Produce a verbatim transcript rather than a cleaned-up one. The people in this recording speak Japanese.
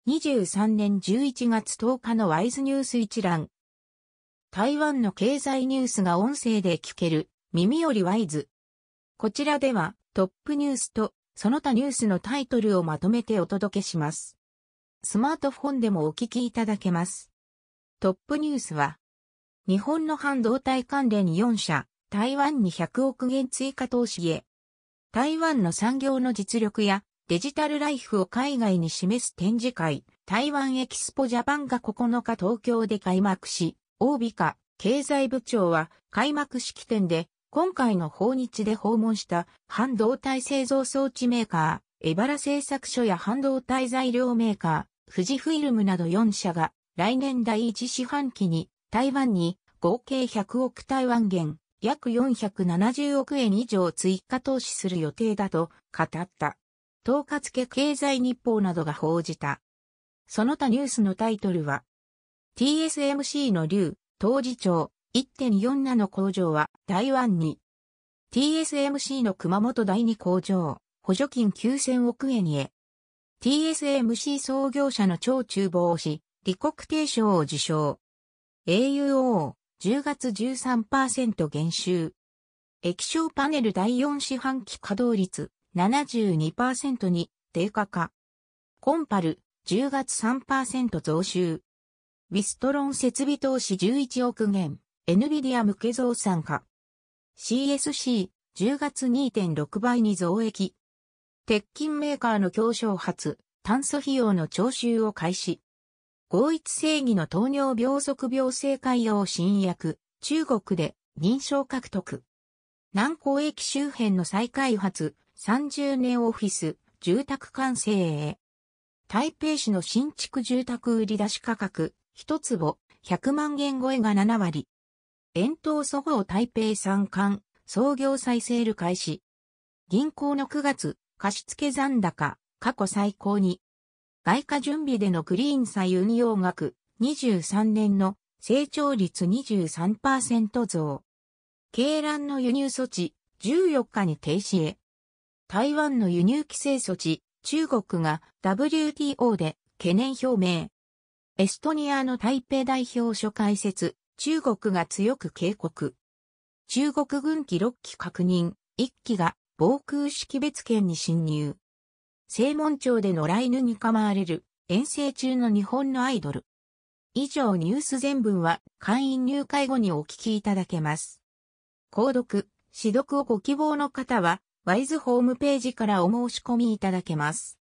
にじゅうさんねんじゅういちがつとおかのワイズニュース一覧。台湾の経済ニュースが音声で聞ける、耳よりワイズ。こちらではトップニュースとその他ニュースのタイトルをまとめてお届けします。スマートフォンでもお聞きいただけます。トップニュースは、日本の半導体関連よんしゃ、台湾にひゃくおくげん追加投資へ。台湾の産業の実力やデジタルライフを海外に示す展示会、台湾エキスポジャパンがここのか東京で開幕し、王美花経済部長は開幕式典で今回の訪日で訪問した半導体製造装置メーカー、エバラ製作所や半導体材料メーカー、富士フイルムなどよんしゃが来年第一四半期に台湾に合計ひゃくおく台湾元、約よんひゃくななじゅうおくえん以上追加投資する予定だと語った。とおか付経済日報などが報じた。その他ニュースのタイトルは、ティーエスエムシー の劉当次長 いってんよん ナノ工場は台湾に。ティーエスエムシー の熊本だいに工場、補助金きゅうせんおくえんへ。ティーエスエムシー 創業者の張忠謀氏、李国鼎賞を受賞。エーユーオー、じゅうがつ じゅうさんパーセント 減収。液晶パネルだいよん四半期稼働率 ななじゅうにパーセント に低下か。コンパルじゅうがつ さんパーセント 増収。ウィストロン設備投資じゅういちおくげん。エヌビディア向け増産化。シーエスシー、じゅうがつ にてんろくばいに増益。鉄筋メーカーの狭小発、炭素費用の徴収を開始。合一正義の糖尿病足病性潰瘍新薬、中国で認証獲得。南港駅周辺の再開発、さんじゅうねんオフィス、住宅完成へ。台北市の新築住宅売出価格、一坪ひゃくまんげん超えがななわり。円東そごう台北三冠、創業再セール開始。銀行のくがつ、貸付残高、過去最高に。外貨準備でのグリーン債運用額、にじゅうさんねんの成長率 にじゅうさんパーセント 増。鶏卵の輸入措置、じゅうよっかに停止へ。台湾の輸入規制措置、中国が ダブリューティーオー で懸念表明。エストニアの台北代表所開設、中国が強く警告。中国軍機ろっき確認、いっきが防空識別圏に侵入。西門町で野良犬に噛まれる遠征中の日本のアイドル。以上ニュース全文は会員入会後にお聞きいただけます。購読、試読をご希望の方はワイズホームページからお申し込みいただけます。